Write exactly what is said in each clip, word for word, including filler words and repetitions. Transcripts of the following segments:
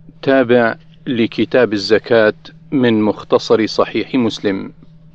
تابع لكتاب الزكاة من مختصر صحيح مسلم.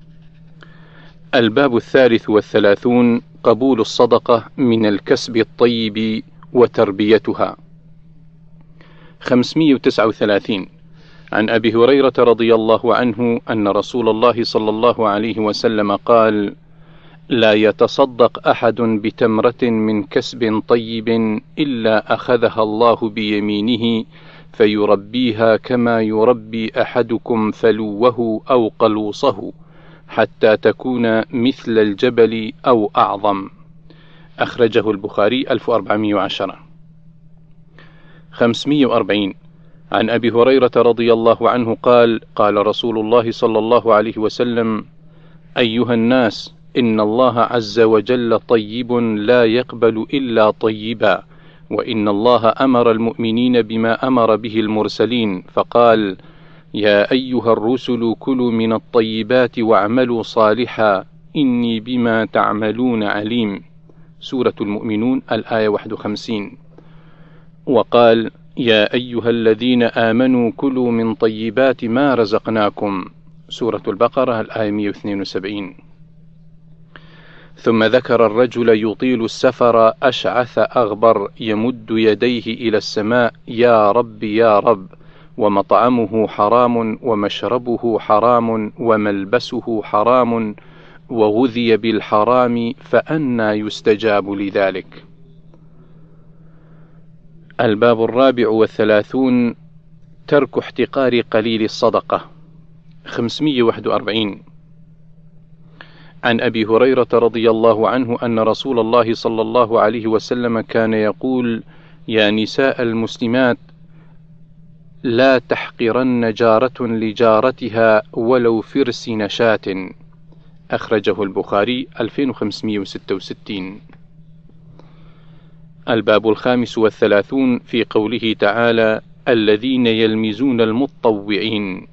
الباب الثالث والثلاثون: قبول الصدقة من الكسب الطيب وتربيتها. خمسمائة وتسعة وثلاثين. عن أبي هريرة رضي الله عنه أن رسول الله صلى الله عليه وسلم قال: لا يتصدق أحد بتمرة من كسب طيب إلا أخذها الله بيمينه فيربيها كما يربي أحدكم فلوه أو قلوصه حتى تكون مثل الجبل أو أعظم. أخرجه البخاري ألف وأربعمائة وعشرة. خمسمائة وأربعين. عن أبي هريرة رضي الله عنه قال: قال رسول الله صلى الله عليه وسلم: أيها الناس، إن الله عز وجل طيب لا يقبل إلا طيبا، وإن الله أمر المؤمنين بما أمر به المرسلين فقال: يا أيها الرسل كلوا من الطيبات واعملوا صالحا إني بما تعملون عليم. سورة المؤمنون الآية واحد وخمسين. وقال: يا أيها الذين آمنوا كلوا من طيبات ما رزقناكم. سورة البقرة الآية مئة واثنين وسبعين. ثم ذكر الرجل يطيل السفر أشعث أغبر يمد يديه إلى السماء: يا رب يا رب، ومطعمه حرام ومشربه حرام وملبسه حرام وغذي بالحرام فأنى يستجاب لذلك. الباب الرابع والثلاثون: ترك احتقار قليل الصدقة. خمسمائة وواحد وأربعين. عن أبي هريرة رضي الله عنه أن رسول الله صلى الله عليه وسلم كان يقول: يا نساء المسلمات، لا تحقرن جارة لجارتها ولو فرس نشاة. أخرجه البخاري ألفين وخمسمائة وستة وستين. الباب الخامس والثلاثون في قوله تعالى: الذين يلمزون المتطوعين.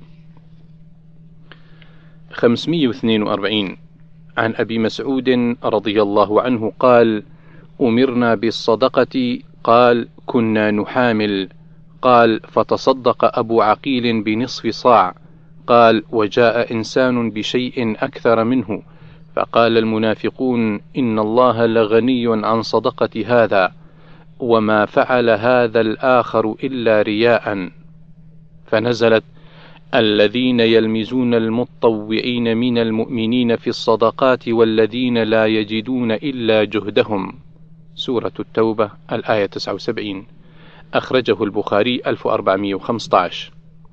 خمسمائة واثنين وأربعين. عن أبي مسعود رضي الله عنه قال: أمرنا بالصدقة. قال: كنا نحامل. قال: فتصدق أبو عقيل بنصف صاع. قال: وجاء إنسان بشيء أكثر منه، فقال المنافقون: إن الله لغني عن صدقة هذا، وما فعل هذا الآخر إلا رياء. فنزلت: الذين يلمزون المتطوعين من المؤمنين في الصدقات والذين لا يجدون إلا جهدهم. سورة التوبة الآية تسعة وسبعين. أخرجه البخاري ألف وأربعمائة وخمسة عشر.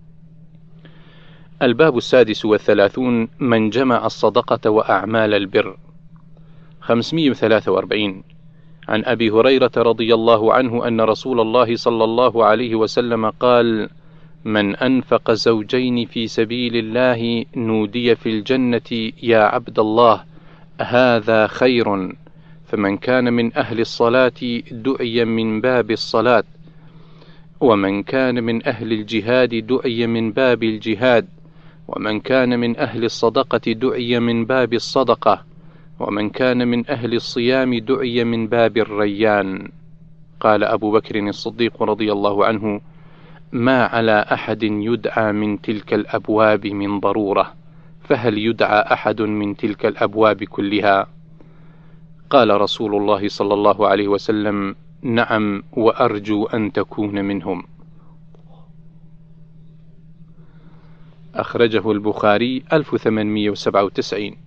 الباب السادس والثلاثون: من جمع الصدقة وأعمال البر. خمسمائة وثلاثة وأربعين. عن أبي هريرة رضي الله عنه أن رسول الله صلى الله عليه وسلم قال: من أنفق زوجين في سبيل الله نودي في الجنة: يا عبد الله، هذا خير. فمن كان من أهل الصلاة دعي من باب الصلاة، ومن كان من أهل الجهاد دعي من باب الجهاد، ومن كان من أهل الصدقة دعي من باب الصدقة، ومن كان من أهل الصيام دعي من باب الريان. قال أبو بكر الصديق رضي الله عنه: ما على أحد يدعى من تلك الأبواب من ضرورة، فهل يدعى أحد من تلك الأبواب كلها؟ قال رسول الله صلى الله عليه وسلم: نعم، وأرجو أن تكون منهم. أخرجه البخاري ألف وثمانمائة وسبعة وتسعين.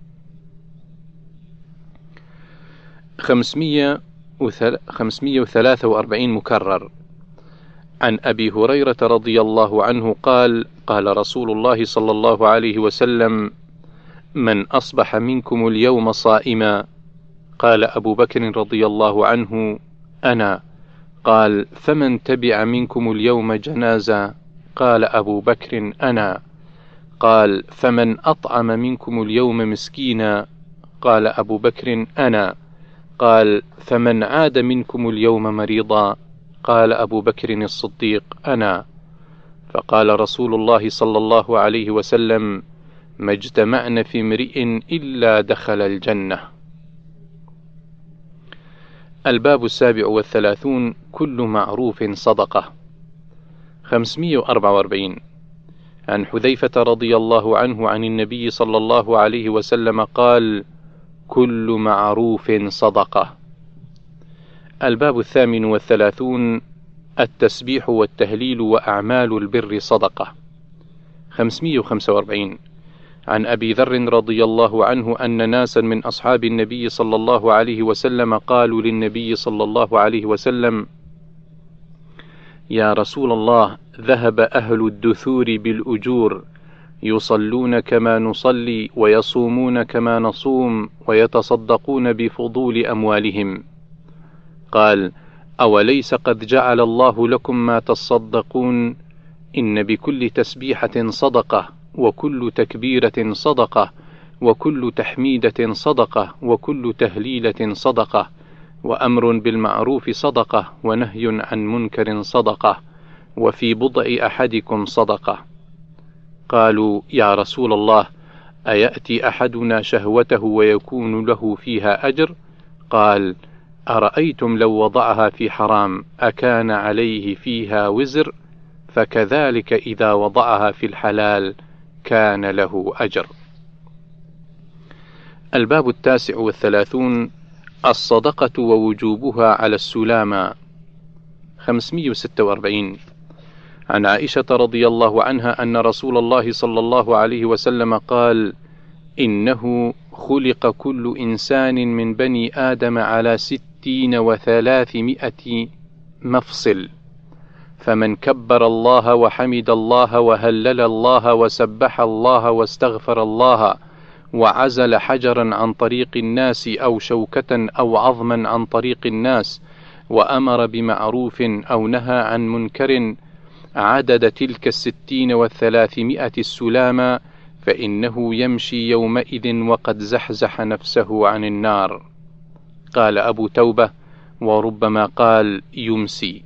خمسمائة وثلاثة وأربعين مكرر. عن أبي هريرة رضي الله عنه قال: قال رسول الله صلى الله عليه وسلم: من أصبح منكم اليوم صائما. قال أبو بكر رضي الله عنه: أنا. قال: فمن تبع منكم اليوم جنازة. قال أبو بكر: أنا. قال: فمن أطعم منكم اليوم مسكينا. قال أبو بكر: أنا. قال: فمن عاد منكم اليوم مريضا. قال أبو بكر الصديق: أنا. فقال رسول الله صلى الله عليه وسلم: ما اجتمعن في امرئ إلا دخل الجنة. الباب السابع والثلاثون: كل معروف صدقة. خمسمائة وأربعة وأربعين عن حذيفة رضي الله عنه عن النبي صلى الله عليه وسلم قال: كل معروف صدقة. الباب الثامن والثلاثون: التسبيح والتهليل وأعمال البر صدقة. خمسمائة وخمسة وأربعين عن أبي ذر رضي الله عنه أن ناسا من أصحاب النبي صلى الله عليه وسلم قالوا للنبي صلى الله عليه وسلم: يا رسول الله، ذهب أهل الدثور بالأجور، يصلون كما نصلي ويصومون كما نصوم ويتصدقون بفضول أموالهم. قال: أوليس قد جعل الله لكم ما تصدقون؟ إن بكل تسبيحة صدقة، وكل تكبيرة صدقة، وكل تحميدة صدقة، وكل تهليلة صدقة، وأمر بالمعروف صدقة، ونهي عن منكر صدقة، وفي بضع أحدكم صدقة. قالوا: يا رسول الله، أيأتي أحدنا شهوته ويكون له فيها أجر؟ قال: أرأيتم لو وضعها في حرام أكان عليه فيها وزر؟ فكذلك إذا وضعها في الحلال كان له أجر. الباب التاسع والثلاثون: الصدقة ووجوبها على السلامة. خمسمائة وستة وأربعين عن عائشة رضي الله عنها أن رسول الله صلى الله عليه وسلم قال: إنه خلق كل إنسان من بني آدم على ستين وثلاثمائة مفصل، فمن كبر الله وحمد الله وهلل الله وسبح الله واستغفر الله وعزل حجرا عن طريق الناس أو شوكة أو عظما عن طريق الناس وأمر بمعروف أو نهى عن منكر عدد تلك الستين والثلاثمائة السلامة، فإنه يمشي يومئذ وقد زحزح نفسه عن النار. قال أبو توبة: وربما قال يمسي.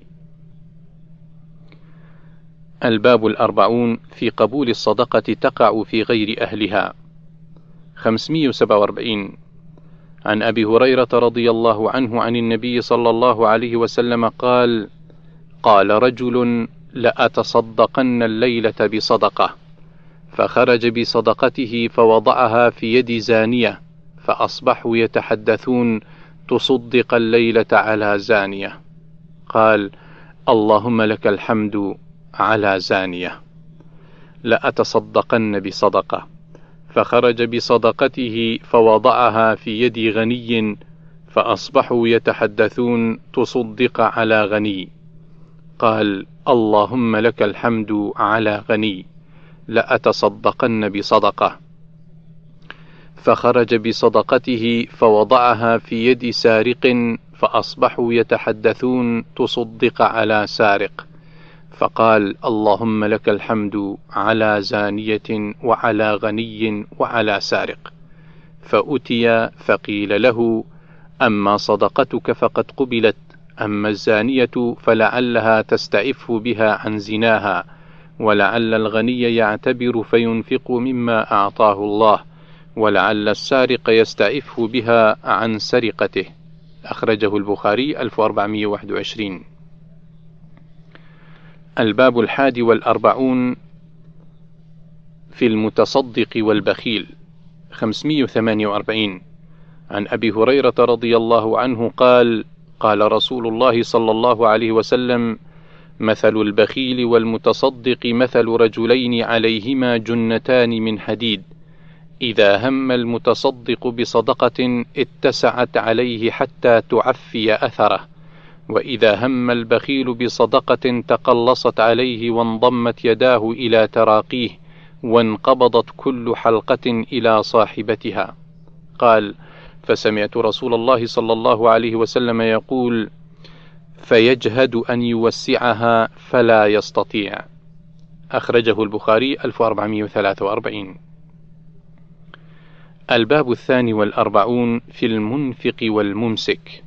الباب الأربعون: في قبول الصدقة تقع في غير أهلها. خمسمائة وسبعة وأربعين عن أبي هريرة رضي الله عنه عن النبي صلى الله عليه وسلم قال: قال رجل: لأتصدقن الليلة بصدقة، فخرج بصدقته فوضعها في يد زانية، فأصبحوا يتحدثون: تصدق الليلة على زانية. قال: اللهم لك الحمد على زانية. لأتصدقن بصدقة، فخرج بصدقته فوضعها في يد غني، فأصبحوا يتحدثون: تصدق على غني. قال: اللهم لك الحمد على غني. لأتصدقن بصدقة، فخرج بصدقته فوضعها في يد سارق، فأصبحوا يتحدثون: تصدق على سارق. فقال: اللهم لك الحمد على زانية وعلى غني وعلى سارق. فأتي فقيل له: أما صدقتك فقد قبلت، أما الزانية فلعلها تستعف بها عن زناها، ولعل الغني يعتبر فينفق مما أعطاه الله، ولعل السارق يستعف بها عن سرقته. أخرجه البخاري ألف وأربعمائة وواحد وعشرين. الباب الحادي والأربعون: في المتصدق والبخيل. خمسمائة وثمانية وأربعين عن أبي هريرة رضي الله عنه قال: قال رسول الله صلى الله عليه وسلم: مثل البخيل والمتصدق مثل رجلين عليهما جنتان من حديد، إذا هم المتصدق بصدقة اتسعت عليه حتى تعفي أثره، وإذا هم البخيل بصدقة تقلصت عليه وانضمت يداه إلى تراقيه، وانقبضت كل حلقة إلى صاحبتها. قال: فسمعت رسول الله صلى الله عليه وسلم يقول: فيجهد أن يوسعها فلا يستطيع. أخرجه البخاري ألف وأربعمائة وثلاثة وأربعين. الباب الثاني والأربعون: في المنفق والممسك.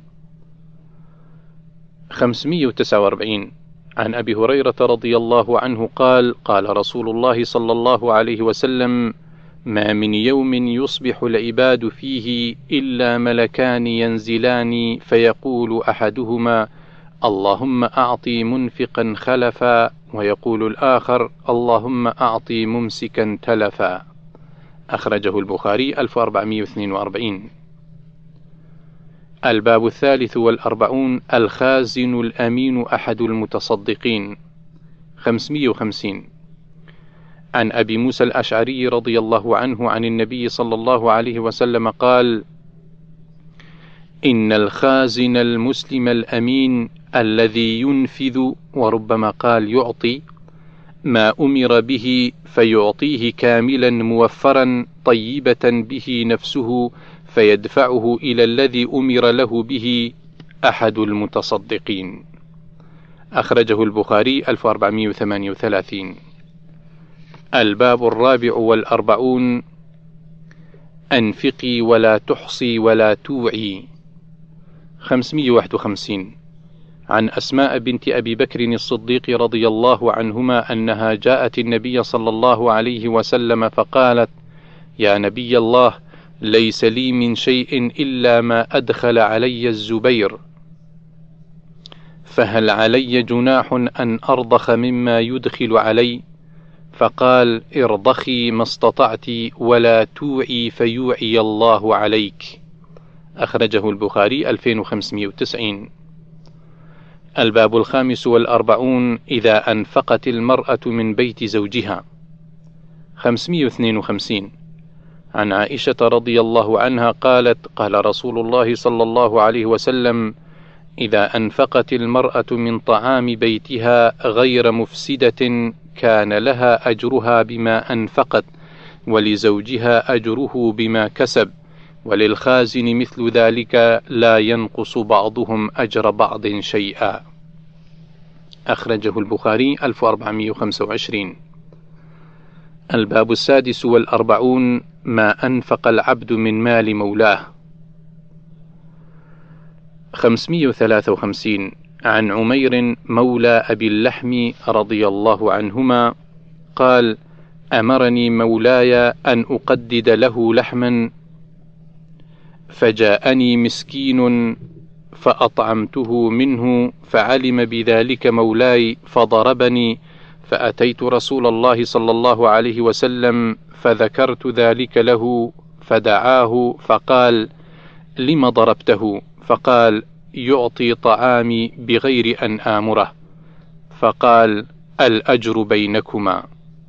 خمسمائة وتسعة وأربعين عن أبي هريرة رضي الله عنه قال: قال رسول الله صلى الله عليه وسلم: ما من يوم يصبح العباد فيه إلا ملكان ينزلان، فيقول أحدهما: اللهم أعطي منفقا خلفا، ويقول الآخر اللهم أعطي ممسكا تلفا. أخرجه البخاري ألف وأربعمائة واثنين وأربعين. الباب الثالث والأربعون: الخازن الأمين أحد المتصدقين. خمسمائة وخمسين. عن أبي موسى الأشعري رضي الله عنه عن النبي صلى الله عليه وسلم قال: إن الخازن المسلم الأمين الذي ينفذ، وربما قال يعطي، ما أمر به فيعطيه كاملا موفرا طيبة به نفسه فيدفعه إلى الذي أمر له به أحد المتصدقين. أخرجه البخاري ألف وأربعمائة وثمانية وثلاثين. الباب الرابع والأربعون: أنفقي ولا تحصي ولا توعي. خمسمائة وواحد وخمسين. عن أسماء بنت أبي بكر الصديق رضي الله عنهما أنها جاءت النبي صلى الله عليه وسلم فقالت: يا نبي الله، ليس لي من شيء إلا ما أدخل علي الزبير، فهل علي جناح أن أرضخ مما يدخل علي؟ فقال: ارضخي ما استطعت ولا توعي فيوعي الله عليك. أخرجه البخاري ألفين وخمسمائة وتسعين. الباب الخامس والأربعون: إذا أنفقت المرأة من بيت زوجها. خمسمائة واثنين وخمسين. عن عائشة رضي الله عنها قالت: قال رسول الله صلى الله عليه وسلم: إذا أنفقت المرأة من طعام بيتها غير مفسدة كان لها أجرها بما أنفقت، ولزوجها أجره بما كسب، وللخازن مثل ذلك، لا ينقص بعضهم أجر بعض شيئا. أخرجه البخاري ألف وأربعمائة وخمسة وعشرين. الباب السادس والأربعون: ما أنفق العبد من مال مولاه. خمسمائة وثلاثة وخمسين. عن عمير مولى أبي اللحم رضي الله عنهما قال: أمرني مولاي أن أقدد له لحما، فجاءني مسكين فأطعمته منه، فعلم بذلك مولاي فضربني، فأتيت رسول الله صلى الله عليه وسلم فذكرت ذلك له، فدعاه فقال: لم ضربته؟ فقال: يعطي طعامي بغير أن آمره. فقال: الأجر بينكما.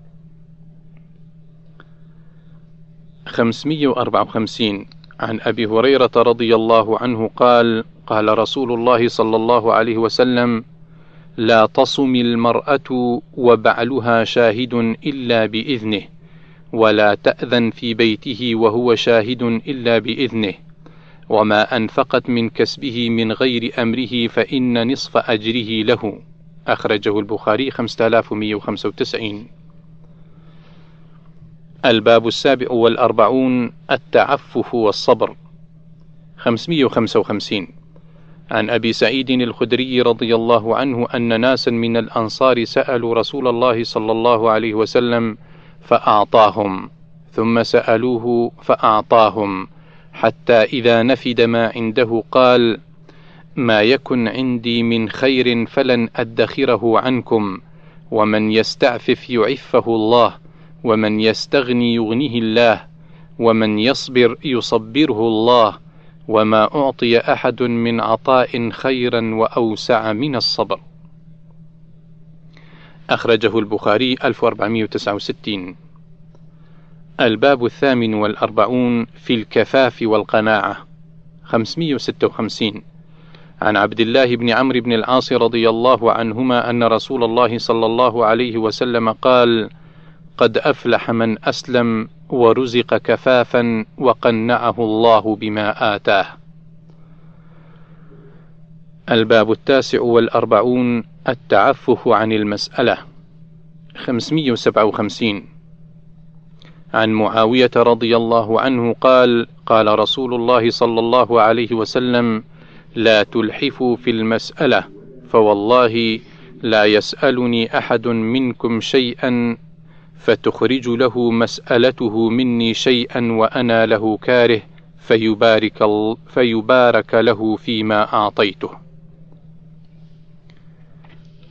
خمسمائة وأربعة وخمسين. عن أبي هريرة رضي الله عنه قال: قال رسول الله صلى الله عليه وسلم: لا تصم المرأة وبعلها شاهد إلا بإذنه، ولا تأذن في بيته وهو شاهد إلا بإذنه، وما أنفقت من كسبه من غير أمره فإن نصف أجره له. أخرجه البخاري خمسة آلاف ومائة وخمسة وتسعين. الباب السابع والأربعون: التعفف والصبر. خمسمائة وخمسة وخمسين. عن أبي سعيد الخدري رضي الله عنه أن ناسا من الأنصار سألوا رسول الله صلى الله عليه وسلم فأعطاهم، ثم سألوه فأعطاهم، حتى إذا نفد ما عنده قال: ما يكن عندي من خير فلن أدخره عنكم، ومن يستعفف يعفه الله، ومن يستغني يغنيه الله، ومن يصبر يصبره الله، وما أعطي أحد من عطاء خيرا وأوسع من الصبر. أخرجه البخاري ألف وأربعمائة وتسعة وستين. الباب الثامن والأربعون: في الكفاف والقناعة. خمسمائة وستة وخمسين. عن عبد الله بن عمرو بن العاص رضي الله عنهما أن رسول الله صلى الله عليه وسلم قال: قد أفلح من أسلم ورزق كفافا وقنعه الله بما آتاه. الباب التاسع والأربعون: التعفف عن المسألة. خمسمائة وسبعة وخمسين. عن معاوية رضي الله عنه قال: قال رسول الله صلى الله عليه وسلم: لا تلحفوا في المسألة، فوالله لا يسألني أحد منكم شيئا فتخرج له مسألته مني شيئا وأنا له كاره، فيبارك, فيبارك له فيما أعطيته.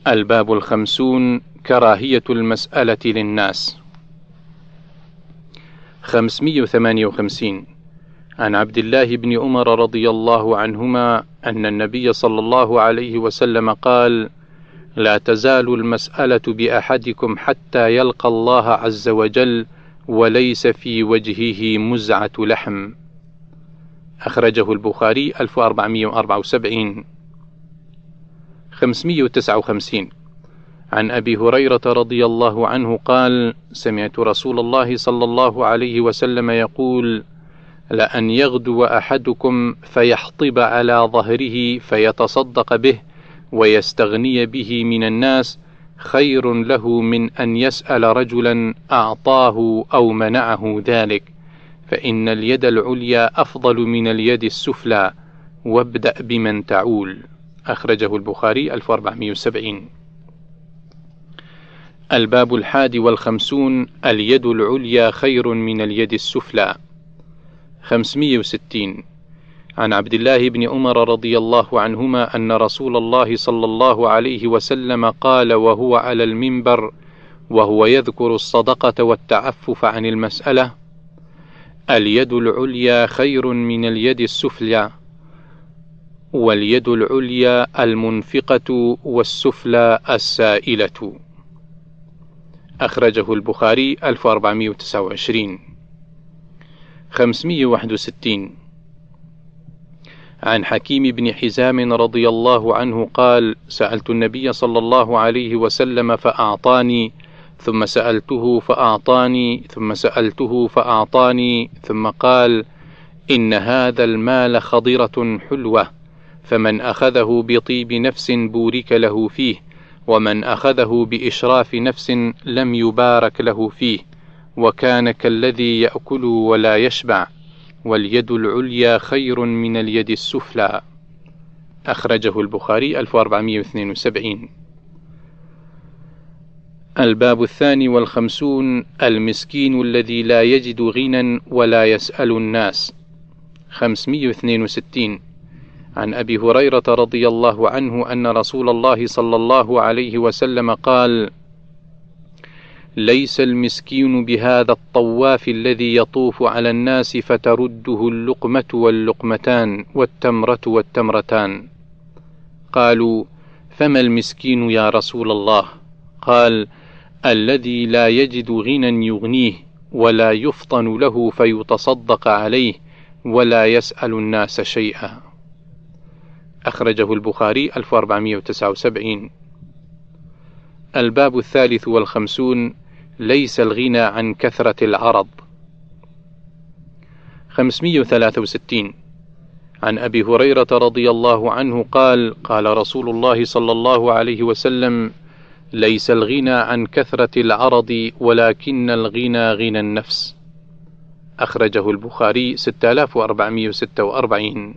الباب الخمسون كراهية المسألة للناس. خمسمائة وثمانية وخمسين عن عبد الله بن عمر رضي الله عنهما أن النبي صلى الله عليه وسلم قال: لا تزال المسألة بأحدكم حتى يلقى الله عز وجل وليس في وجهه مزعة لحم. أخرجه البخاري ألف وأربعمائة وأربعة وسبعين. خمسمائة وتسعة وخمسين عن أبي هريرة رضي الله عنه قال: سمعت رسول الله صلى الله عليه وسلم يقول: لأن يغدو أحدكم فيحطب على ظهره فيتصدق به ويستغني به من الناس خير له من أن يسأل رجلا أعطاه أو منعه ذلك، فإن اليد العليا أفضل من اليد السفلى، وابدأ بمن تعول. أخرجه البخاري ألف وأربعمائة وسبعين. الباب الحادي والخمسون اليد العليا خير من اليد السفلى. خمسمائة وستين عن عبد الله بن عمر رضي الله عنهما أن رسول الله صلى الله عليه وسلم قال وهو على المنبر وهو يذكر الصدقة والتعفف عن المسألة: اليد العليا خير من اليد السفلى، واليد العليا المنفقة والسفلى السائلة. أخرجه البخاري ألف وأربعمائة وتسعة وعشرين. خمسمائة وواحد وستين عن حكيم بن حزام رضي الله عنه قال: سألت النبي صلى الله عليه وسلم فأعطاني، ثم سألته فأعطاني، ثم سألته فأعطاني، ثم قال: إن هذا المال خضرة حلوة، فمن أخذه بطيب نفس بورك له فيه، ومن أخذه بإشراف نفس لم يبارك له فيه، وكان كالذي يأكل ولا يشبع، واليد العليا خير من اليد السفلى. أخرجه البخاري ألف وأربعمائة واثنين وسبعين. الباب الثاني والخمسون المسكين الذي لا يجد غنى ولا يسأل الناس. خمسمائة واثنين وستين عن أبي هريرة رضي الله عنه أن رسول الله صلى الله عليه وسلم قال: ليس المسكين بهذا الطواف الذي يطوف على الناس فترده اللقمة واللقمتان والتمرة والتمرتان. قالوا: فما المسكين يا رسول الله؟ قال: الذي لا يجد غنى يغنيه ولا يفطن له فيتصدق عليه ولا يسأل الناس شيئا. أخرجه البخاري ألف وأربعمائة وتسعة وسبعين. الباب الثالث والخمسون ليس الغنى عن كثرة العرض. خمسمائة وثلاثة وستين عن أبي هريرة رضي الله عنه قال: قال رسول الله صلى الله عليه وسلم: ليس الغنى عن كثرة العرض ولكن الغنى غنى النفس. أخرجه البخاري ستة آلاف وأربعمائة وستة وأربعين.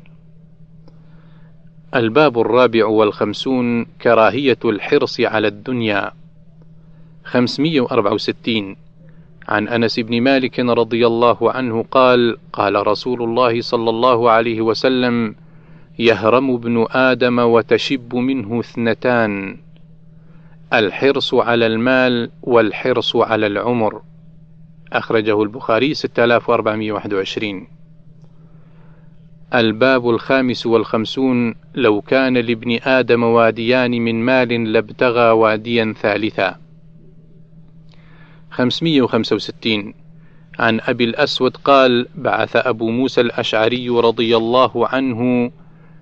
الباب الرابع والخمسون كراهية الحرص على الدنيا. خمسمائة وأربعة وستين عن أنس بن مالك رضي الله عنه قال: قال رسول الله صلى الله عليه وسلم: يهرم ابن آدم وتشب منه اثنتان: الحرص على المال والحرص على العمر. أخرجه البخاري ستة آلاف وأربعمائة وواحد وعشرين. الباب الخامس والخمسون لو كان لابن آدم واديان من مال لابتغى واديا ثالثا. خمسمائة وخمسة وستين عن أبي الأسود قال: بعث أبو موسى الأشعري رضي الله عنه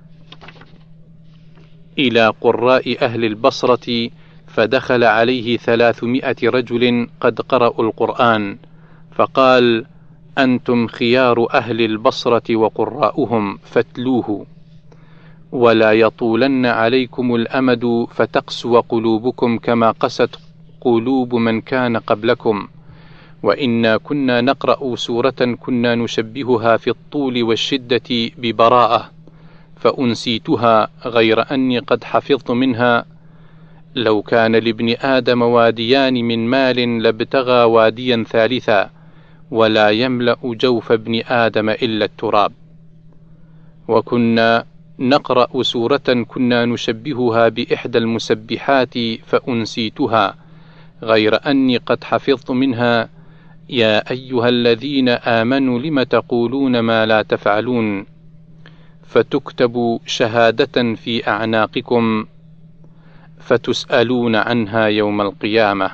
إلى قراء أهل البصرة، فدخل عليه ثلاثمائة رجل قد قرأوا القرآن، فقال: أنتم خيار أهل البصرة وقراؤهم فاتلوه، ولا يطولن عليكم الأمد فتقسو قلوبكم كما قست قلوب من كان قبلكم، وإنا كنا نقرأ سورة كنا نشبهها في الطول والشدة ببراءة، فأنسيتها غير أني قد حفظت منها: لو كان لابن آدم واديان من مال لابتغى واديا ثالثا، ولا يملأ جوف ابن آدم إلا التراب. وكنا نقرأ سورة كنا نشبهها بإحدى المسبحات فأنسيتها، غير أني قد حفظت منها: يا أيها الذين آمنوا لم تقولون ما لا تفعلون، فتكتب شهادة في أعناقكم فتسألون عنها يوم القيامة.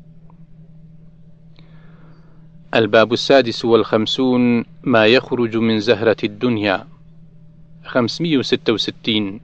الباب السادس والخمسون: ما يخرج من زهرة الدنيا. خمسمائة وستة وستين.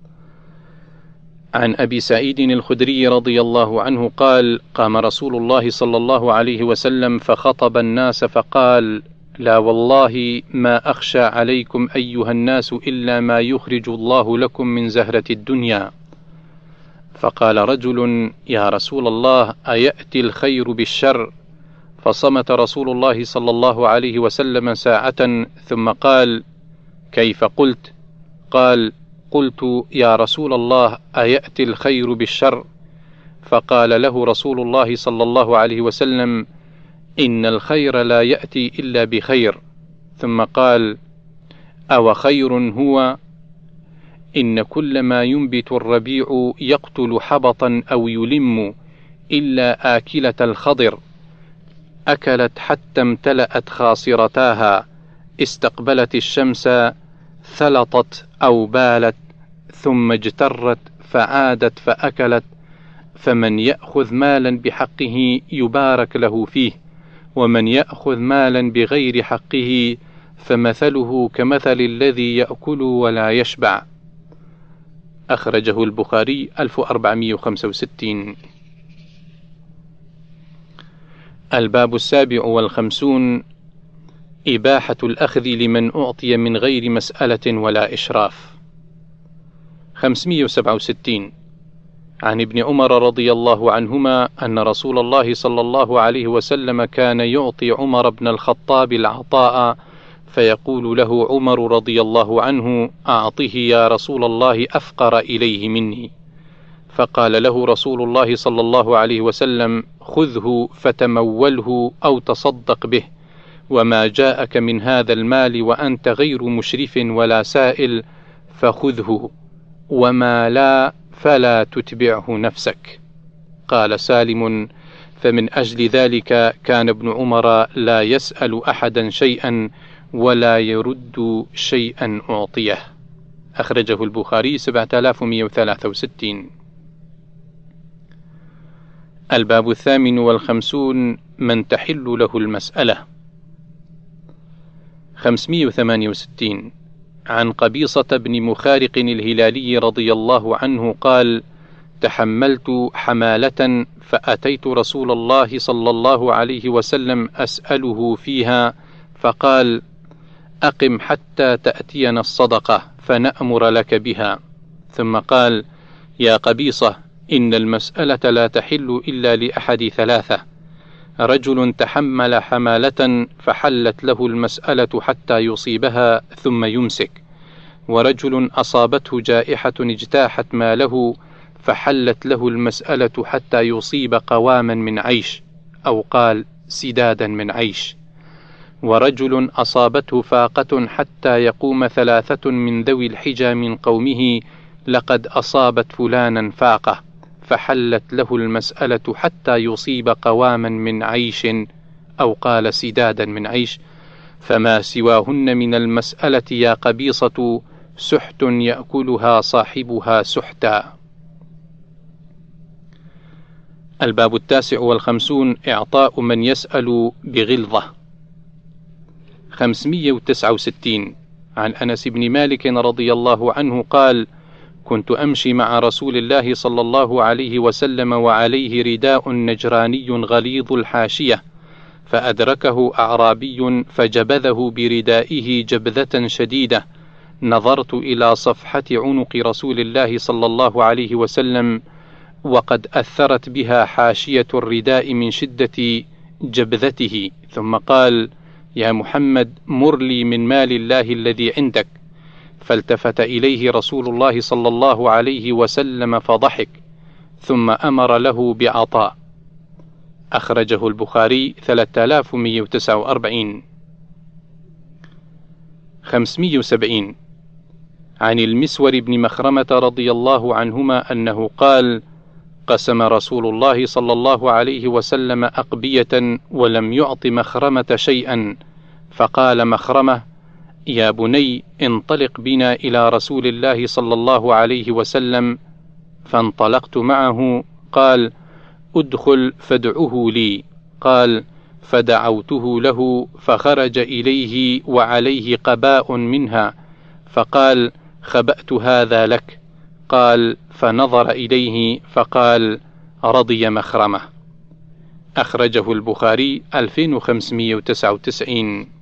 عن أبي سعيد الخدري رضي الله عنه قال: قام رسول الله صلى الله عليه وسلم فخطب الناس فقال: لا والله ما أخشى عليكم أيها الناس إلا ما يخرج الله لكم من زهرة الدنيا. فقال رجل: يا رسول الله، أيأتي الخير بالشر؟ فصمت رسول الله صلى الله عليه وسلم ساعة ثم قال: كيف قلت؟ قال: قلت يا رسول الله، أيأتي الخير بالشر؟ فقال له رسول الله صلى الله عليه وسلم: إن الخير لا يأتي إلا بخير. ثم قال: أو خير هو؟ إن كل ما ينبت الربيع يقتل حبطا أو يلم إلا آكلة الخضر، أكلت حتى امتلأت خاصرتاها، استقبلت الشمس ثلطت أو بالت، ثم اجترت فعادت فأكلت. فمن يأخذ مالا بحقه يبارك له فيه، ومن يأخذ مالا بغير حقه فمثله كمثل الذي يأكل ولا يشبع. أخرجه البخاري ألف وأربعمائة وخمسة وستين. الباب السابع والخمسون: إباحة الأخذ لمن أعطي من غير مسألة ولا إشراف. خمسمائة وسبعة وستين. عن ابن عمر رضي الله عنهما أن رسول الله صلى الله عليه وسلم كان يعطي عمر بن الخطاب العطاء، فيقول له عمر رضي الله عنه: أعطه يا رسول الله، أفقر إليه مني. فقال له رسول الله صلى الله عليه وسلم: خذه فتموله أو تصدق به، وما جاءك من هذا المال وأنت غير مشرف ولا سائل فخذه، وما لا فلا تتبعه نفسك. قال سالم: فمن أجل ذلك كان ابن عمر لا يسأل أحدا شيئا ولا يرد شيئا أعطيه. أخرجه البخاري سبعة آلاف ومائة وثلاثة وستين. الباب الثامن والخمسون: من تحل له المسألة. خمسمائة وثمانية وستين. عن قبيصة بن مخارق الهلالي رضي الله عنه قال: تحملت حمالة فأتيت رسول الله صلى الله عليه وسلم أسأله فيها، فقال: أقم حتى تأتينا الصدقة فنأمر لك بها. ثم قال: يا قبيصة، إن المسألة لا تحل إلا لأحد ثلاثة: رجل تحمل حمالة فحلت له المسألة حتى يصيبها ثم يمسك، ورجل أصابته جائحة اجتاحت ماله فحلت له المسألة حتى يصيب قواما من عيش، أو قال سدادا من عيش، ورجل أصابته فاقة حتى يقوم ثلاثة من ذوي الحجى من قومه: لقد أصابت فلانا فاقة، فحلت له المسألة حتى يصيب قواما من عيش، أو قال سدادا من عيش، فما سواهن من المسألة يا قبيصة سحت يأكلها صاحبها سحتا. الباب التاسع والخمسون: إعطاء من يسأل بغلظة. خمسمائة وتسعة وستين. عن أنس بن مالك رضي الله عنه قال: كنت أمشي مع رسول الله صلى الله عليه وسلم وعليه رداء نجراني غليظ الحاشية، فأدركه أعرابي فجبذه بردائه جبذة شديدة، نظرت إلى صفحة عنق رسول الله صلى الله عليه وسلم وقد أثرت بها حاشية الرداء من شدة جبذته، ثم قال: يا محمد، مر لي من مال الله الذي عندك. فالتفت إليه رسول الله صلى الله عليه وسلم فضحك، ثم أمر له بعطاء. أخرجه البخاري ثلاثة آلاف ومائة وتسعة وأربعين. خمسمائة وسبعين. عن المسور بن مخرمة رضي الله عنهما أنه قال: قسم رسول الله صلى الله عليه وسلم أقبية ولم يعط مخرمة شيئا، فقال مخرمة: يا بني انطلق بنا إلى رسول الله صلى الله عليه وسلم، فانطلقت معه. قال: ادخل فادعه لي. قال: فدعوته له، فخرج إليه وعليه قباء منها، فقال: خبأت هذا لك. قال: فنظر إليه فقال: رضي مخرمة. أخرجه البخاري ألفين وخمسمائة وتسعة وتسعين.